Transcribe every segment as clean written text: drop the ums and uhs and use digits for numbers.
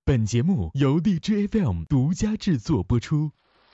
本节目由荔枝 FM 独家制作播出。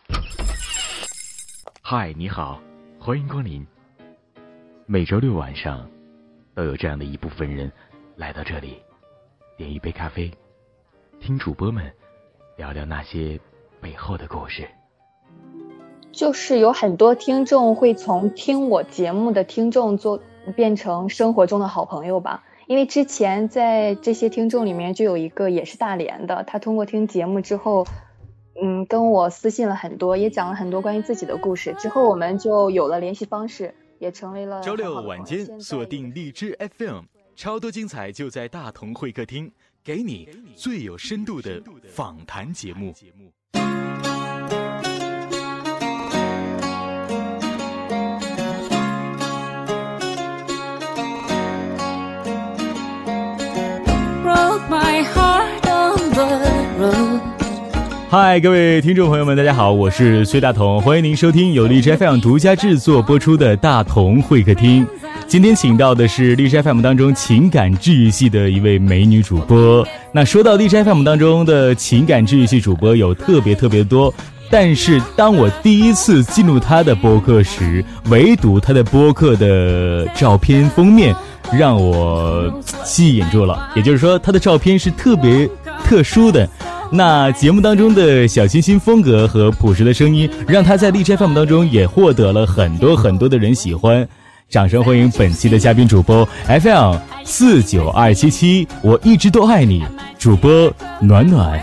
嗨，你好，欢迎光临。每周六晚上都有这样的一部分人来到这里，点一杯咖啡，听主播们聊聊那些背后的故事。 就是有很多听众会从听我节目的听众变成生活中的好朋友吧。因为之前在这些听众里面就有一个也是大连的，他通过听节目之后跟我私信了很多，也讲了很多关于自己的故事，之后我们就有了联系方式，也成为了周六晚间锁定荔枝 FM， 超多精彩就在大同会客厅，给你最有深度的访谈节目。嗨，各位听众朋友们，大家好，我是崔大同，欢迎您收听由荔枝 FM 独家制作播出的大同会客厅。今天请到的是荔枝 FM 当中情感治愈系的一位美女主播。那说到荔枝 FM 当中的情感治愈系主播有特别多，但是当我第一次进入她的播客时，唯独她的播客的照片封面让我吸引住了，也就是说她的照片是特别特殊的。那节目当中的小清新风格和朴实的声音，让她在荔枝 FM 当中也获得了很多的人喜欢。掌声欢迎本期的嘉宾主播 FM49277，我一直都爱你，主播暖暖。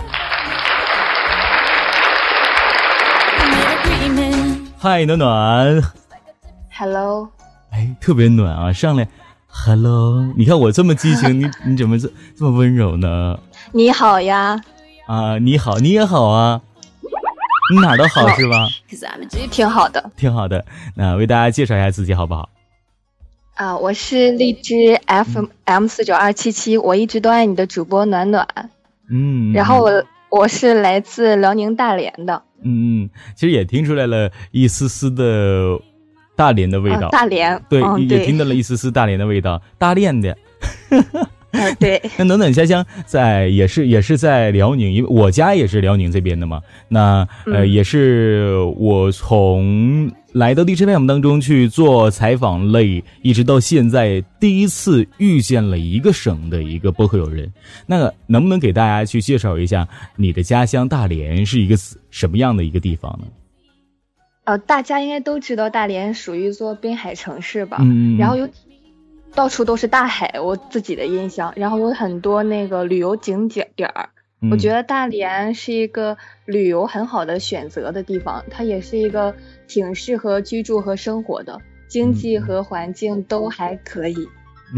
嗨，暖暖。 Hello。 特别暖啊，上来 Hello， 你看我这么激情，你怎么这么温柔呢？ 你好呀。 你好，你也好啊，你哪儿都好是吧？ 挺好的， 挺好的。那为大家介绍一下自己好不好？ 我是荔枝 FM49277，我一直都爱你的主播暖暖。然后我是来自辽宁大连的。 其实也听出来了一丝丝的大连的味道。 大连， 对，也听到了一丝丝大连的味道，大连的。 对。 那暖暖家乡也是在辽宁，因为我家也是辽宁这边的嘛。那也是我从来到荔枝 FM 当中去做采访类，一直到现在第一次遇见了一个省的一个播客友人。那能不能给大家去介绍一下你的家乡大连是一个什么样的一个地方呢？ 大家应该都知道大连属于一座滨海城市吧。然后到处都是大海，我自己的印象，然后有很多那个旅游景点儿。我觉得大连是一个旅游很好的选择的地方，它也是一个挺适合居住和生活的，经济和环境都还可以。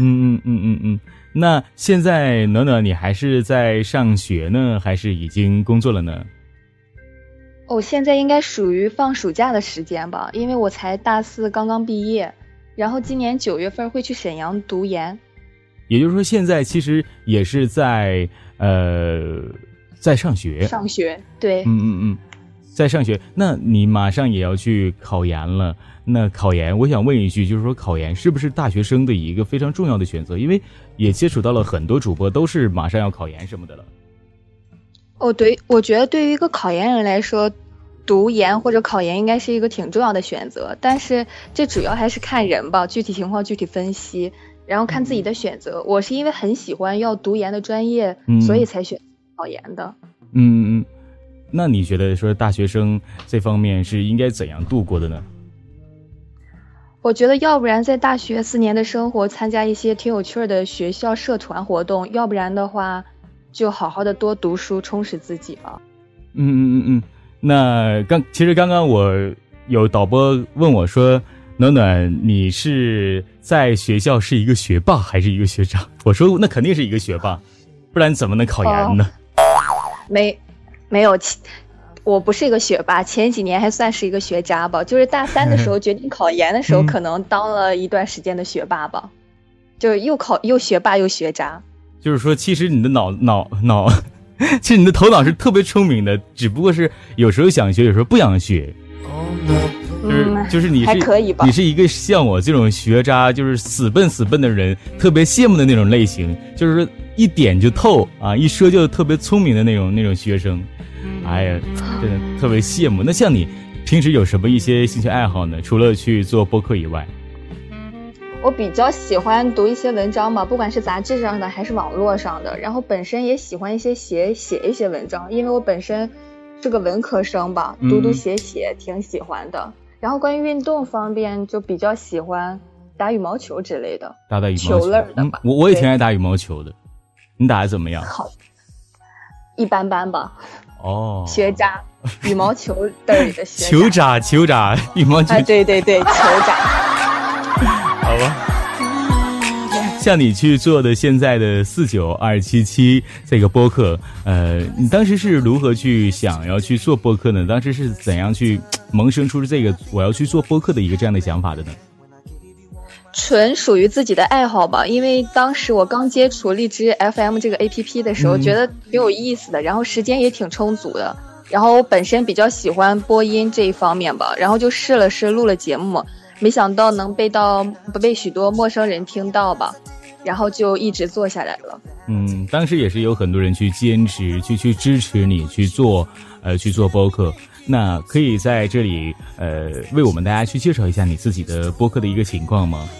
那现在暖暖你还是在上学呢，还是已经工作了呢？ 现在应该属于放暑假的时间吧，因为我才大四刚刚毕业，然后今年9月份会去沈阳读研。 也就是说现在其实也是在上学。 上学，对。 在上学。那你马上也要去考研了，那考研我想问一句，就是说考研是不是大学生的一个非常重要的选择？因为也接触到了很多主播都是马上要考研什么的了。 对，我觉得对于一个考研人来说，读研或者考研应该是一个挺重要的选择，但是这主要还是看人吧，具体情况具体分析，然后看自己的选择。我是因为很喜欢要读研的专业，所以才选考研的。 那你觉得说大学生这方面是应该怎样度过的呢？ 我觉得要不然在大学4年的生活参加一些挺有趣的学校社团活动，要不然的话就好好的多读书充实自己吧。 那其实刚刚我有导播问我说，暖暖你是在学校是一个学霸还是一个学渣？我说那肯定是一个学霸，不然怎么能考研呢？ 没有，我不是一个学霸，前几年还算是一个学渣吧，就是大3的时候决定考研的时候可能当了一段时间的学霸吧，就是又学霸又学渣。 就是说其实你的其实你的头脑是特别聪明的，只不过是有时候想学有时候不想学。就是你是还可以吧， 你是一个像我这种学渣，就是死笨的人特别羡慕的那种类型，就是一点就透啊，一说就特别聪明的那种学生。哎呀，真的特别羡慕。那像你平时有什么一些兴趣爱好呢？除了去做播客以外？ 我比较喜欢读一些文章吧，不管是杂志上的还是网络上的，然后本身也喜欢写一些文章，因为我本身是个文科生吧，读写挺喜欢的。然后关于运动方面，就比较喜欢打羽毛球之类的， 打羽毛球类的吧。 我也挺爱打羽毛球的，你打得怎么样？ 好，一般般吧。 哦， 学渣，羽毛球队里的学渣。球渣，羽毛球。 对，球渣。 好吧。像你去做的现在的49277这个播客，你当时是如何去想要去做播客呢？当时是怎样去萌生出这个我要去做播客的一个这样的想法的呢？ 纯属于自己的爱好吧，因为当时我刚接触荔枝 FM 这个 APP 的时候，觉得挺有意思的，然后时间也挺充足的，然后我本身比较喜欢播音这一方面吧，然后就试录了节目，没想到能被许多陌生人听到吧，然后就一直做下来了。 当时也是有很多人去坚持去支持你去做播客。那可以在这里为我们大家去介绍一下你自己的播客的一个情况吗？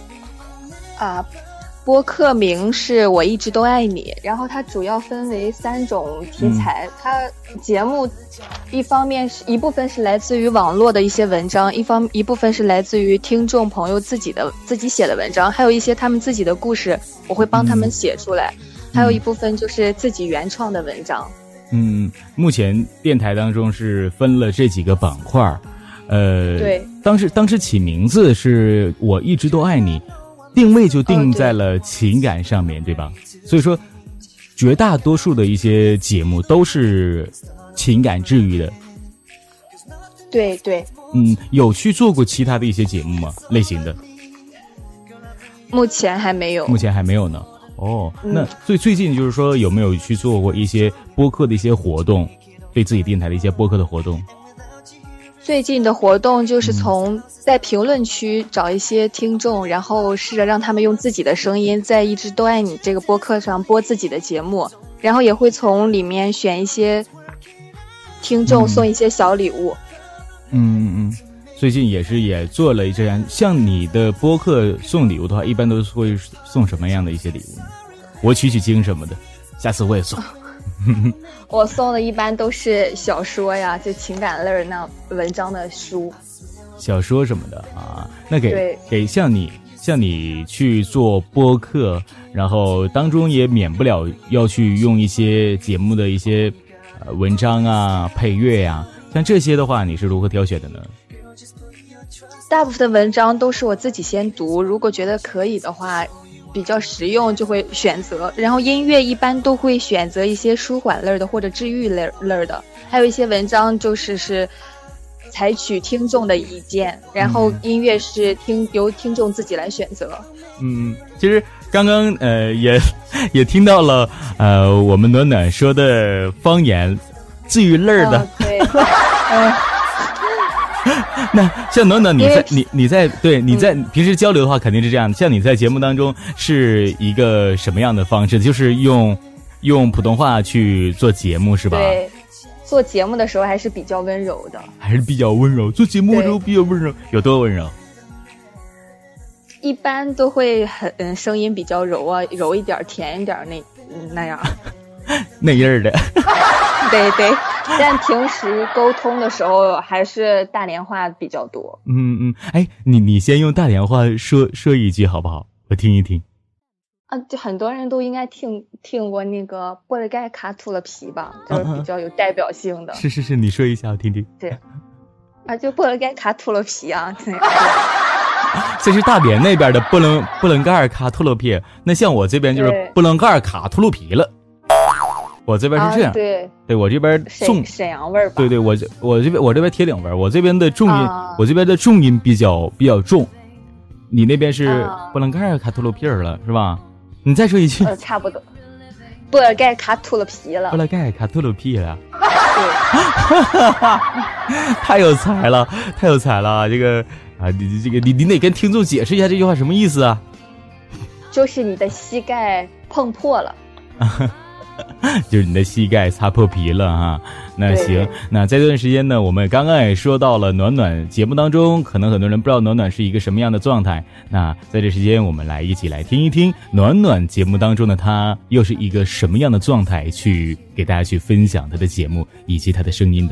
播客名是我一直都爱你，然后它主要分为3种题材。它节目一部分是来自于网络的一些文章，一部分是来自于听众朋友自己写的文章，还有一些他们自己的故事，我会帮他们写出来，还有一部分就是自己原创的文章。 目前电台当中是分了这几个板块。 对， 当时起名字是我一直都爱你，定位就定在了情感上面，对吧？所以说绝大多数的一些节目都是情感治愈的。 对。 有去做过其他的一些节目吗？类型的？ 目前还没有呢。那最近就是说有没有去做过一些播客的一些活动，对自己电台的一些播客的活动？ 最近的活动就是从在评论区找一些听众，然后试着让他们用自己的声音在一直都爱你这个播客上播自己的节目，然后也会从里面选一些听众送一些小礼物。 最近也做了这样，像你的播客送礼物的话，一般都会送什么样的一些礼物呢？我取经什么的，下次我也送。 我送的一般都是小说呀，就情感类那文章的书， 小说什么的啊。那给像你去做播客，然后当中也免不了要去用一些节目的一些文章啊、配乐呀，像这些的话，你是如何挑选的呢？ 大部分的文章都是我自己先读，如果觉得可以的话，比较实用就会选择，然后音乐一般都会选择一些舒缓类的或者治愈类的，还有一些文章是采取听众的意见，然后音乐是由听众自己来选择。 其实刚刚也听到了我们暖暖说的方言治愈类的。 对。 那像暖暖你在平时交流的话肯定是这样，像你在节目当中是一个什么样的方式？就是用普通话去做节目是吧？ 对，做节目的时候还是比较温柔的。 做节目的时候比较温柔，有多温柔？ 一般都会声音比较柔啊，柔一点甜一点那样。 那样的。 对，但平时沟通的时候还是大连话比较多。 你先用大连话说一句好不好？我听一听。 就很多人都应该听过那个玻璃盖卡秃了皮吧，就是比较有代表性的。 是，你说一下我听听。 对，就玻璃盖卡秃了皮啊。 这是大连那边的玻璃盖卡秃了皮，那像我这边就是玻璃盖卡秃噜皮了。我这边是这样，对，我这边沈阳味儿吧。 对，我这边铁岭味儿，我这边的重音比较重，你那边是玻璃盖卡秃噜皮了，是吧？你再说一句。 差不多。玻璃盖卡秃了皮了。 玻璃盖卡秃了皮了。对。太有才了，这个你得跟听众解释一下这句话什么意思啊？ 就是你的膝盖碰破了。 就是你的膝盖擦破皮了哈。那行，那在这段时间呢，我们刚刚也说到了暖暖节目当中，可能很多人不知道暖暖是一个什么样的状态。那在这时间，我们来一起来听一听暖暖节目当中的他又是一个什么样的状态，去给大家去分享他的节目以及他的声音的。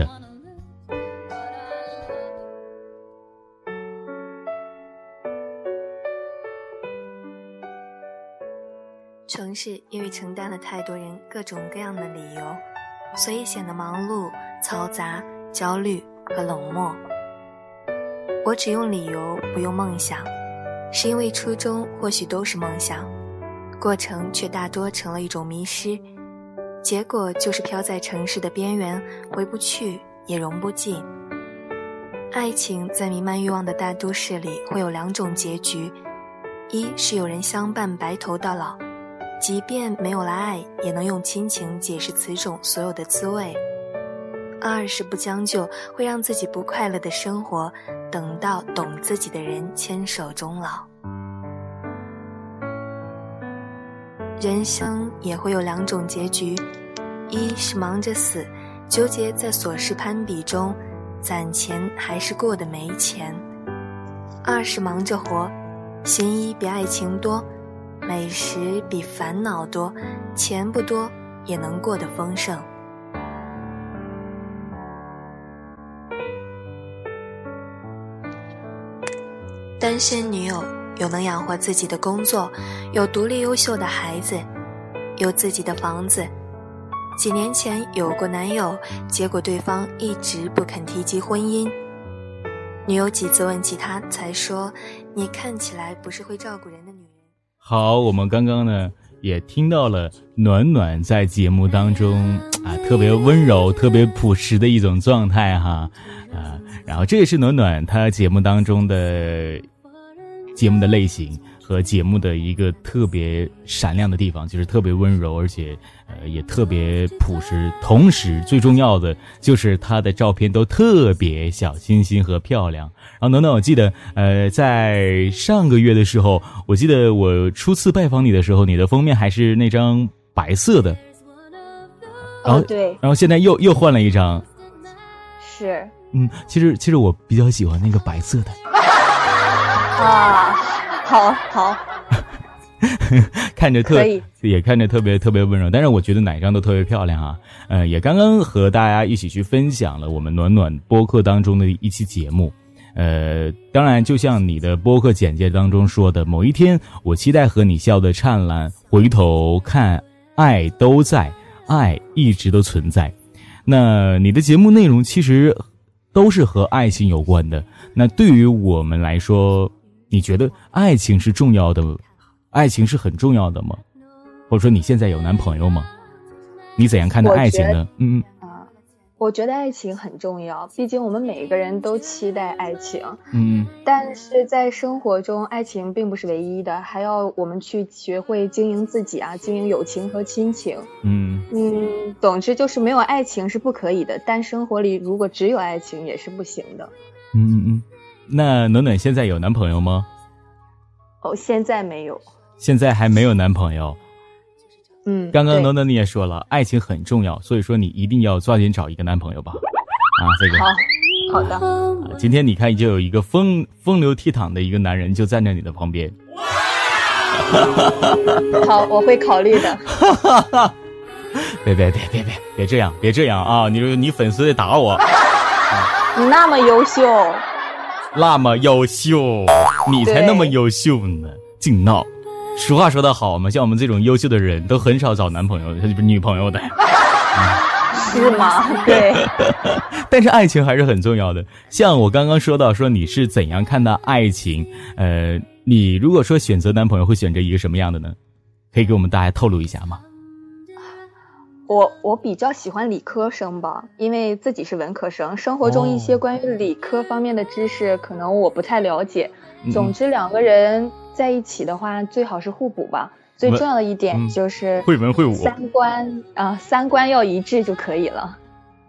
城市因为承担了太多人各种各样的理由，所以显得忙碌、嘈杂、焦虑和冷漠。我只用理由不用梦想，是因为初衷或许都是梦想，过程却大多成了一种迷失，结果就是飘在城市的边缘，回不去也融不进。爱情在弥漫欲望的大都市里会有两种结局，一是有人相伴白头到老，即便没有了爱，也能用亲情解释此种所有的滋味。二是不将就，会让自己不快乐的生活，等到懂自己的人牵手终老。人生也会有两种结局，一是忙着死，纠结在琐事攀比中，攒钱还是过得没钱。二是忙着活，心意比爱情多，美食比烦恼多，钱不多也能过得丰盛。单身女友有能养活自己的工作，有独立优秀的孩子，有自己的房子。几年前有过男友，结果对方一直不肯提及婚姻。女友几次问起他，才说你看起来不是会照顾人的女人。 好，我们刚刚呢也听到了暖暖在节目当中特别温柔特别朴实的一种状态哈然后这也是暖暖她节目当中的节目的类型和节目的一个特别闪亮的地方，就是特别温柔，而且也特别朴实，同时最重要的就是她的照片都特别小清新和漂亮。然后暖暖，我记得在上个月的时候，我记得我初次拜访你的时候，你的封面还是那张白色的，然后对， 然后现在又换了一张， 是其实我比较喜欢那个白色的好看着也看着特别温柔，但是我觉得哪一张都特别漂亮啊。也刚刚和大家一起去分享了我们暖暖播客当中的一期节目。当然就像你的播客简介当中说的，某一天我期待和你笑得灿烂，回头看爱都在，爱一直都存在。那你的节目内容其实都是和爱情有关的。那对于我们来说，你觉得爱情是重要的，爱情是很重要的吗？或者说你现在有男朋友吗？你怎样看待爱情呢？ 我觉得爱情很重要，毕竟我们每个人都期待爱情。但是在生活中，爱情并不是唯一的，还要我们去学会经营自己经营友情和亲情。总之就是没有爱情是不可以的，但生活里如果只有爱情也是不行的。 那暖暖现在有男朋友吗？ 现在没有。 现在还没有男朋友。刚刚暖暖你也说了，爱情很重要，所以说你一定要抓紧找一个男朋友吧。这个好的。 今天你看就有一个风流倜傥的一个男人就站在你的旁边。 好，我会考虑的。 别这样啊！你粉丝得打我。 你那么优秀， 你才那么优秀呢，净闹。俗话说得好嘛，像我们这种优秀的人都很少找男朋友女朋友的。 是吗？对。 但是爱情还是很重要的。像我刚刚说到说你是怎样看待爱情，你如果说选择男朋友会选择一个什么样的呢？可以给我们大家透露一下吗？ 我比较喜欢理科生吧，因为自己是文科生，生活中一些关于理科方面的知识可能我不太了解。总之两个人在一起的话最好是互补吧，最重要的一点就是会文会武， 三观要一致就可以了。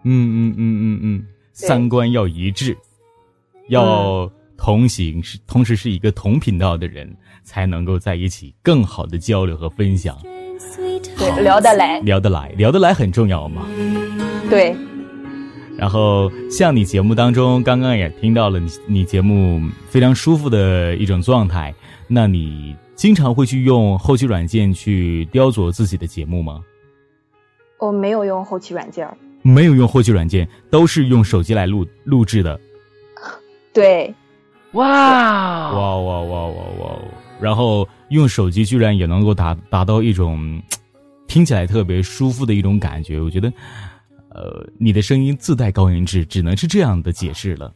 三观要一致，要同行，同时是一个同频道的人才能够在一起更好的交流和分享。 聊得来， 聊得来很重要嘛。 对。 然后像你节目当中刚刚也听到了你节目非常舒服的一种状态，那你经常会去用后期软件去雕琢自己的节目吗？ 我没有用后期软件。 没有用后期软件，都是用手机来录制的。 对。 哇！然后用手机居然也能够达到一种听起来特别舒服的一种感觉，我觉得你的声音自带高音质，只能是这样的解释了。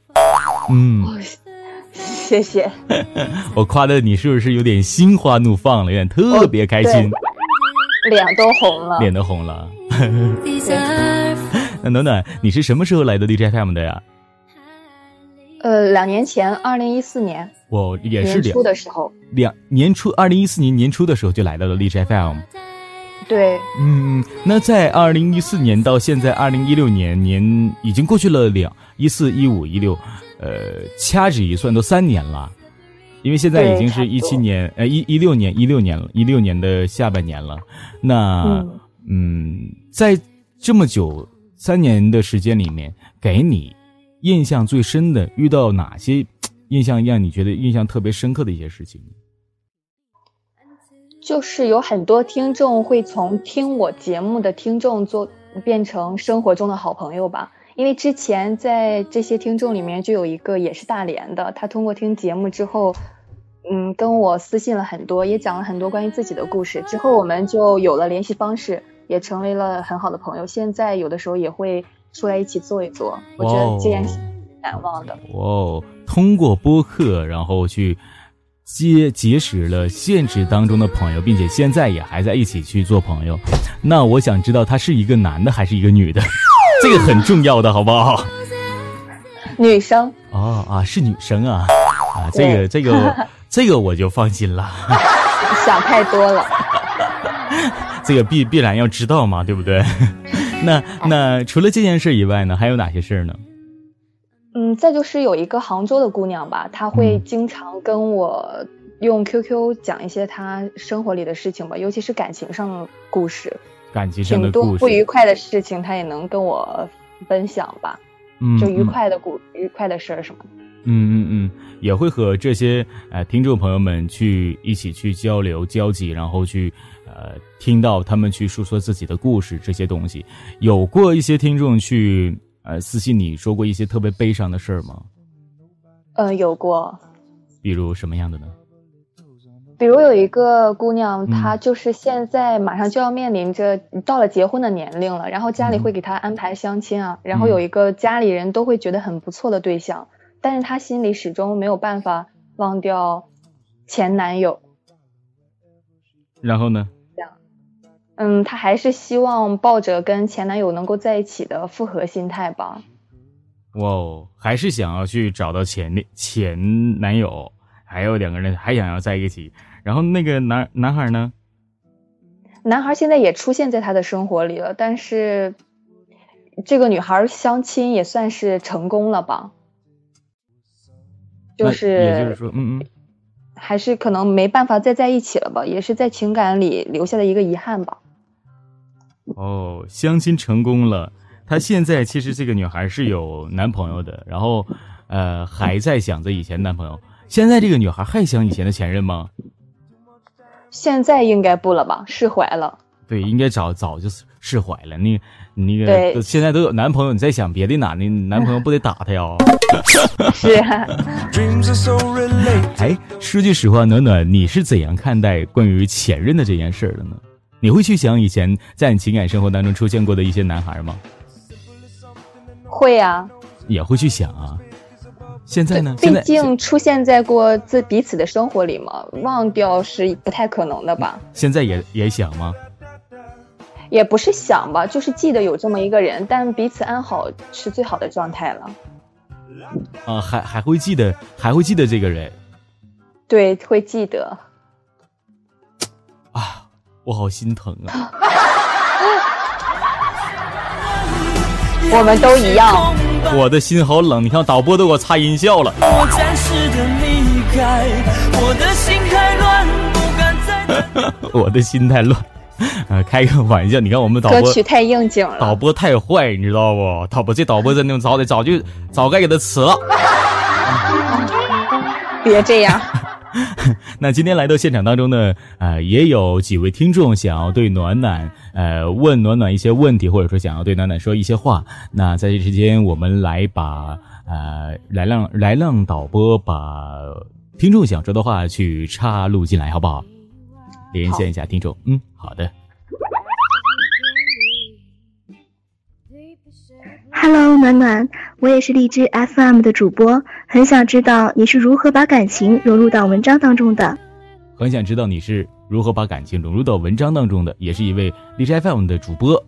谢谢。 我夸的你是不是有点心花怒放了，有点特别开心？ 脸都红了。 那暖暖，你是什么时候来的荔枝 FM 的呀 ？2年前，2014年。 我也是年初的时候。 年初2014年年初的时候就来到了荔枝 FM。 对。 那在2014年到现在2016年已经过去了14、15、16，掐指一算都3年了，因为现在已经是16年的下半年了。那在这么久3年的时间里面，给你印象最深的，遇到哪些印象让你觉得印象特别深刻的一些事情？ 就是有很多听众会从听我节目的听众变成生活中的好朋友吧。因为之前在这些听众里面就有一个也是大连的，他通过听节目之后跟我私信了很多，也讲了很多关于自己的故事，之后我们就有了联系方式，也成为了很好的朋友，现在有的时候也会出来一起坐一坐。我觉得这件事难忘的。 通过播客然后去结识了现实当中的朋友，并且现在也还在一起去做朋友。那我想知道他是一个男的还是一个女的？这个很重要的好不好？ 女生。 是女生啊。这个我就放心了。 想太多了。 这个必然要知道嘛，对不对？那除了这件事以外呢，还有哪些事呢？ 再就是有一个杭州的姑娘吧，她会经常跟我用 QQ 讲一些她生活里的事情吧，尤其是感情上的故事。挺多不愉快的事情她也能跟我分享吧。就愉快的事儿什么的。 也会和这些听众朋友们一起去交流交集，然后去听到他们去述说自己的故事，这些东西。有过一些听众去私信你说过一些特别悲伤的事儿吗？ 有过。 比如什么样的呢？ 比如有一个姑娘，她就是现在马上就要面临着到了结婚的年龄了，然后家里会给她安排相亲啊，然后有一个家里人都会觉得很不错的对象，但是她心里始终没有办法忘掉前男友。 然后呢？ 她还是希望抱着跟前男友能够在一起的复合心态吧。 还是想要去找到前男友，还有2个人还想要在一起。然后那个男孩呢？ 男孩现在也出现在他的生活里了，但是这个女孩相亲也算是成功了吧。也就是说还是可能没办法再在一起了吧，也是在情感里留下的一个遗憾吧。 相亲成功了。她现在其实这个女孩是有男朋友的，然后还在想着以前男朋友。现在这个女孩还想以前的前任吗？ 现在应该不了吧，释怀了。 对，应该早就释怀了。你那个现在都有男朋友，你再想别的男的，男朋友不得打他呀？ 是啊。 说句实话，暖暖，你是怎样看待关于前任的这件事的呢？你会去想以前在你情感生活当中出现过的一些男孩吗？ 会啊。 也会去想啊。现在呢？ 毕竟出现在过彼此的生活里嘛，忘掉是不太可能的吧。 现在也想吗？ 也不是想吧，就是记得有这么一个人，但彼此安好是最好的状态了。 还会记得这个人？ 对，会记得。 我好心疼啊。 我们都一样。 我的心好冷，你看导播都给我插音效了。我暂时的离开，我的心太乱，不敢再我的心太乱。 开个玩笑，你看我们导播歌曲太应景了， 导播太坏，你知道不？导播在那种早该给他辞了。 别这样。 那今天来到现场当中呢，也有几位听众想要对暖暖问暖暖一些问题，或者说想要对暖暖说一些话。那在这之间，我们来把来让导播把听众想说的话去插录进来，好不好？连线一下听众。好的。 Hello， 暖暖，我也是荔枝 FM 的主播，很想知道你是如何把感情融入到文章当中的。 很想知道你是如何把感情融入到文章当中的，也是一位荔枝 FM 的主播。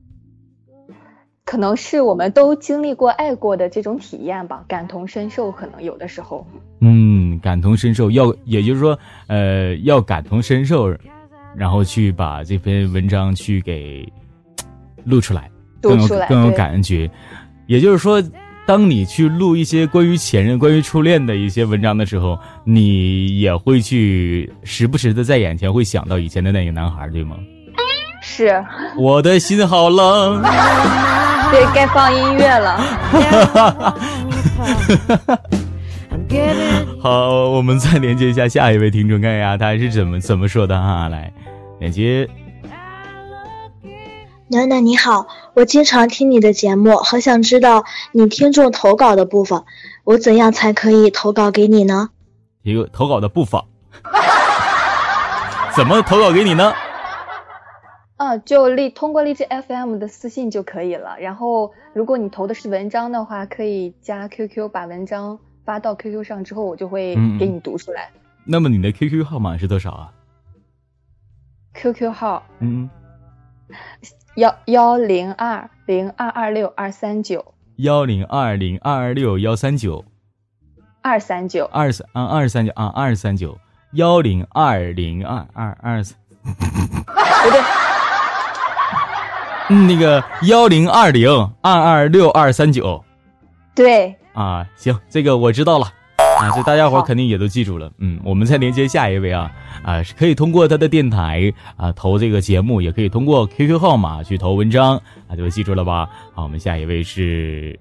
可能是我们都经历过爱过的这种体验吧，感同身受，可能有的时候。 感同身受，也就是说，要感同身受，然后去把这篇文章去给录出来。更有感觉。也就是说，当你去录一些关于前任、关于初恋的一些文章的时候，你也会去时不时的在眼前会想到以前的那个男孩，对吗？ 是。 我的心好冷。 对，该放音乐了。 好，我们再连接一下下一位听众，看一下他是怎么说的哈。来，连接。 暖暖你好，我经常听你的节目，很想知道你听众投稿的部分，我怎样才可以投稿给你呢？ 一个投稿的部分怎么投稿给你呢？ 就通过荔枝 FM 的私信就可以了，然后如果你投的是文章的话，可以加 QQ， 把文章发到 QQ 上之后，我就会给你读出来。 那么你的 QQ 号码是多少啊？ QQ 号1020226239239 1020226139239 1020223 不对， 那个1020226239。 对啊，行，这个我知道了啊，这大家伙肯定也都记住了。我们再连接下一位可以通过他的电台投这个节目，也可以通过 QQ 号码去投文章就记住了吧。好，我们下一位是。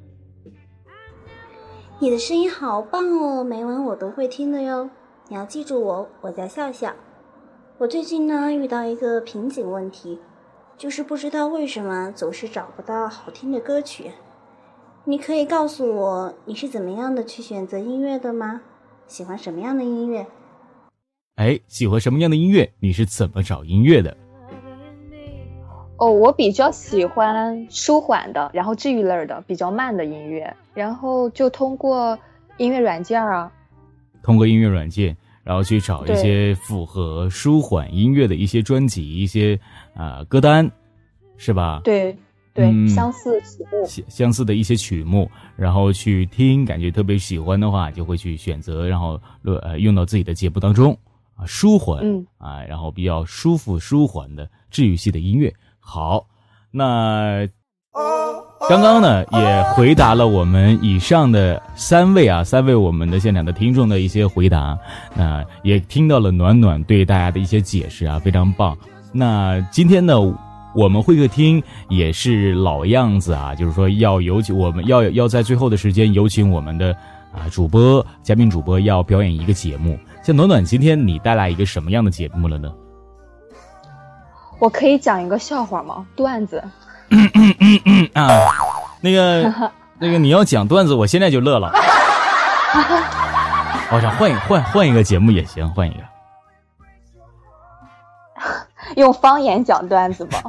你的声音好棒哦，每晚我都会听的哟。你要记住我，我叫笑笑。我最近呢遇到一个瓶颈问题，就是不知道为什么总是找不到好听的歌曲。你可以告诉我你是怎么样的去选择音乐的吗？喜欢什么样的音乐？ 喜欢什么样的音乐？你是怎么找音乐的？ 我比较喜欢舒缓的，然后治愈类的，比较慢的音乐，然后就通过音乐软件然后去找一些符合舒缓音乐的一些专辑，一些歌单，是吧？对，相似的一些曲目，然后去听，感觉特别喜欢的话，就会去选择，然后用到自己的节目当中舒缓然后比较舒服舒缓的治愈系的音乐。好，那刚刚呢也回答了我们以上的三位我们的现场的听众的一些回答，那也听到了暖暖对大家的一些解释非常棒。那今天呢我们会客厅也是老样子就是说我们要在最后的时间有请我们的嘉宾主播要表演一个节目。像暖暖今天你带来一个什么样的节目了呢？ 我可以讲一个笑话吗？段子。 那个你要讲段子，我现在就乐了。我想换一个节目也行，换一个。 用方言讲段子吧。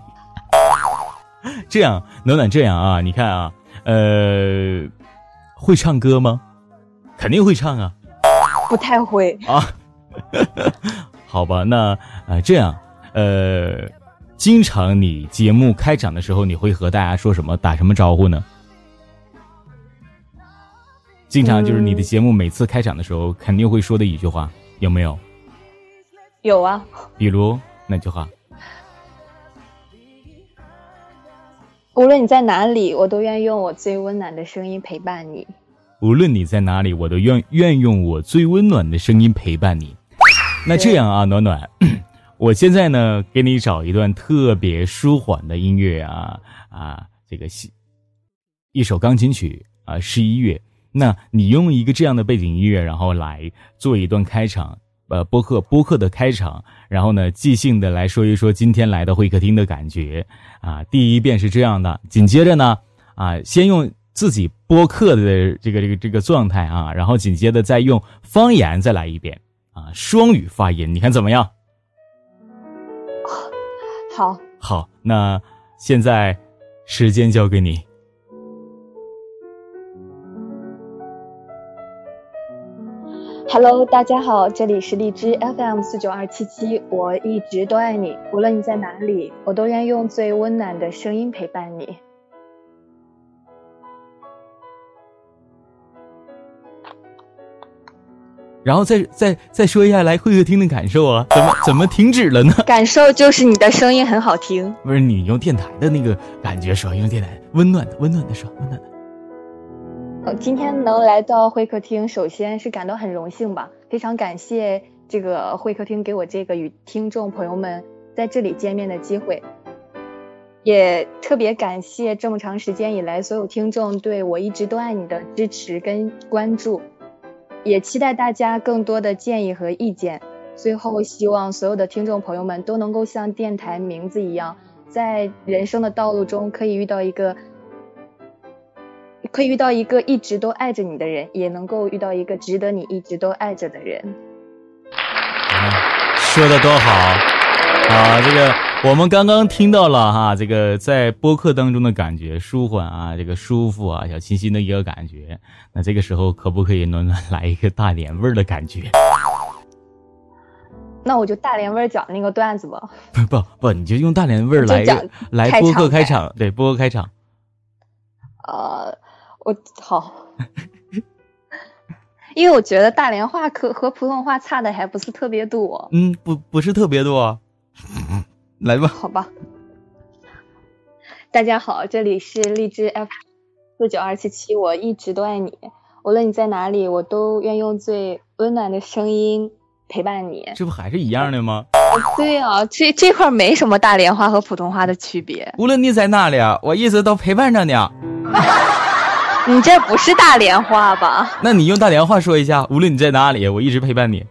这样，暖暖这样你看会唱歌吗？肯定会唱不太会好吧，那这样经常你节目开场的时候，你会和大家说什么，打什么招呼呢？经常就是你的节目每次开场的时候肯定会说的一句话，有没有？ 有啊。 比如哪句话？ 无论你在哪里，我都愿用我最温暖的声音陪伴你。 无论你在哪里，我都愿用我最温暖的声音陪伴你。那这样暖暖我现在呢给你找一段特别舒缓的音乐这个一首钢琴曲11月。那你用一个这样的背景音乐，然后来做一段开场，播客的开场，然后呢即兴的来说一说今天来的会客厅的感觉第一遍是这样的，紧接着呢先用自己播客的这个状态然后紧接着再用方言再来一遍双语发音，你看怎么样？好，那现在时间交给你。 Hello， 大家好，这里是荔枝 FM 49277，我一直都爱你，无论你在哪里，我都愿用最温暖的声音陪伴你。 然后再说一下来会客厅的感受怎么停止了呢？ 感受就是你的声音很好听。 不是，你用电台的那个感觉说，用电台温暖的说，温暖的。 今天能来到会客厅，首先是感到很荣幸吧，非常感谢这个会客厅给我这个与听众朋友们在这里见面的机会，也特别感谢这么长时间以来所有听众对我一直都爱你的支持跟关注，也期待大家更多的建议和意见。最后希望所有的听众朋友们都能够像电台名字一样，在人生的道路中可以遇到一个一直都爱着你的人，也能够遇到一个值得你一直都爱着的人。 说得多好这个我们刚刚听到了这个在播客当中的感觉舒缓这个舒服小清新的一个感觉。那这个时候可不可以暖暖来一个大连味儿的感觉？ 那我就大连味儿讲那个段子吧。 不，你就用大连味儿来播客开场，对，播客开场。 我好，因为我觉得大连话和普通话差的还不是特别多。 不是特别多。来吧。 好吧。大家好，这里是荔枝 F49277，我一直都爱你，无论你在哪里，我都愿用最温暖的声音陪伴你。 这不还是一样的吗？ 对这块没什么大连话和普通话的区别。 无论你在哪里，我一直都陪伴着你。 你这不是大连话吧？ 那你用大连话说一下，无论你在哪里，我一直陪伴你。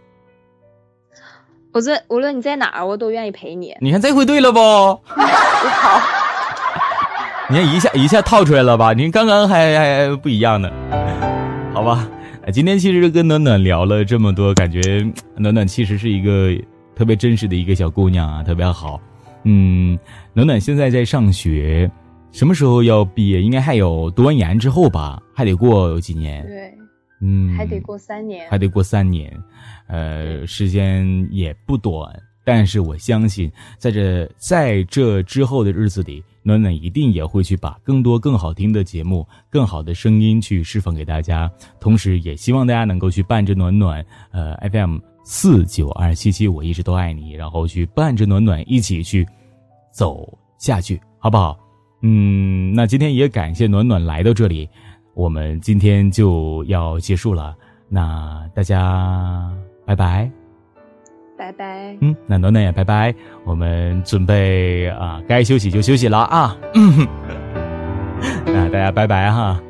无论你在哪儿，我都愿意陪你。 你看这回对了不？ 好。 你看一下套出来了吧？你刚刚还不一样呢。好吧，今天其实跟暖暖聊了这么多，感觉暖暖其实是一个特别真实的一个小姑娘特别好。暖暖现在在上学，什么时候要毕业？应该还有读完研之后吧，还得过几年？ 对，还得过3年。 还得过3年，时间也不短。但是我相信，在这之后的日子里，暖暖一定也会去把更多更好听的节目、更好的声音去释放给大家。同时，也希望大家能够去伴着暖暖，FM 49277，我一直都爱你，然后去伴着暖暖一起去走下去，好不好？那今天也感谢暖暖来到这里，我们今天就要结束了，那大家拜拜。 拜拜。 那暖暖也拜拜，我们准备该休息就休息了那大家拜拜哈。